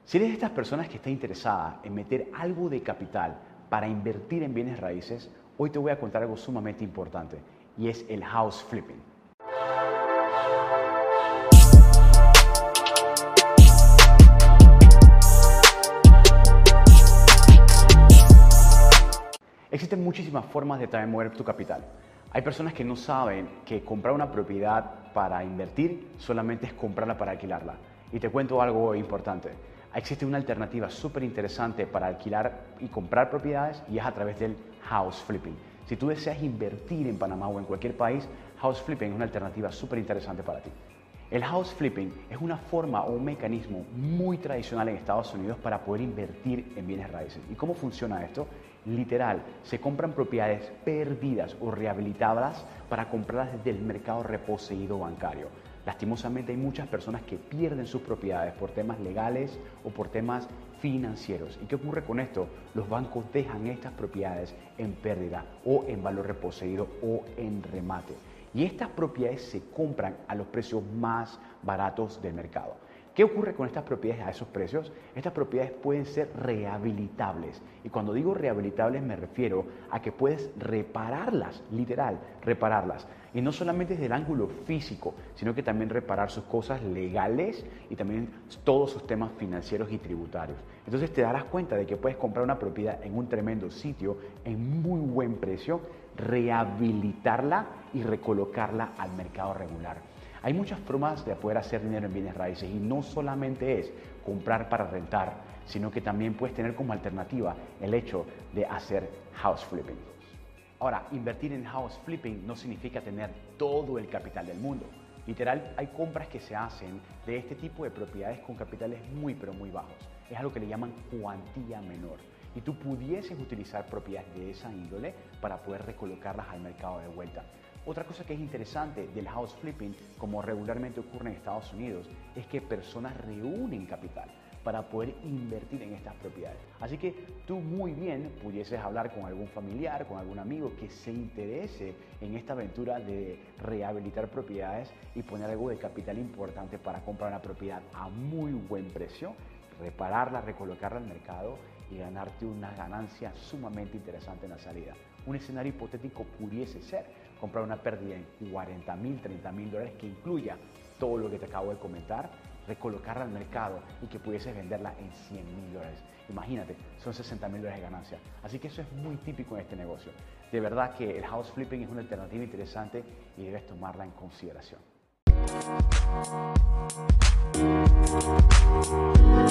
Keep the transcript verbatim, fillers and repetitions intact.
Si eres de estas personas que está interesada en meter algo de capital para invertir en bienes raíces, hoy te voy a contar algo sumamente importante y es el house flipping. Existen muchísimas formas de también mover tu capital. Hay personas que no saben que comprar una propiedad para invertir solamente es comprarla para alquilarla. Y te cuento algo importante. Existe una alternativa súper interesante para alquilar y comprar propiedades y es a través del house flipping. Si tú deseas invertir en Panamá o en cualquier país, house flipping es una alternativa súper interesante para ti. El house flipping es una forma o un mecanismo muy tradicional en Estados Unidos para poder invertir en bienes raíces. ¿Y cómo funciona esto? Literal, se compran propiedades perdidas o rehabilitadas para comprarlas desde el mercado reposeído bancario. Lastimosamente hay muchas personas que pierden sus propiedades por temas legales o por temas financieros. ¿Y qué ocurre con esto? Los bancos dejan estas propiedades en pérdida o en valor reposeído o en remate. Y estas propiedades se compran a los precios más baratos del mercado. ¿Qué ocurre con estas propiedades a esos precios? Estas propiedades pueden ser rehabilitables. Y cuando digo rehabilitables me refiero a que puedes repararlas, literal, repararlas. Y no solamente desde el ángulo físico, sino que también reparar sus cosas legales y también todos sus temas financieros y tributarios. Entonces te darás cuenta de que puedes comprar una propiedad en un tremendo sitio, en muy buen precio, rehabilitarla y recolocarla al mercado regular. Hay muchas formas de poder hacer dinero en bienes raíces y no solamente es comprar para rentar, sino que también puedes tener como alternativa el hecho de hacer house flipping. Ahora, invertir en house flipping no significa tener todo el capital del mundo. Literal, hay compras que se hacen de este tipo de propiedades con capitales muy pero muy bajos. Es algo que le llaman cuantía menor. Y tú pudieses utilizar propiedades de esa índole para poder recolocarlas al mercado de vuelta. Otra cosa que es interesante del house flipping, como regularmente ocurre en Estados Unidos, es que personas reúnen capital para poder invertir en estas propiedades. Así que tú muy bien pudieses hablar con algún familiar, con algún amigo que se interese en esta aventura de rehabilitar propiedades y poner algo de capital importante para comprar una propiedad a muy buen precio, repararla, recolocarla al mercado y ganarte una ganancia sumamente interesante en la salida. Un escenario hipotético pudiese ser comprar una pérdida en cuarenta mil, treinta mil dólares que incluya todo lo que te acabo de comentar, recolocarla al mercado y que pudieses venderla en cien mil dólares. Imagínate, son sesenta mil dólares de ganancia. Así que eso es muy típico en este negocio. De verdad que el house flipping es una alternativa interesante y debes tomarla en consideración.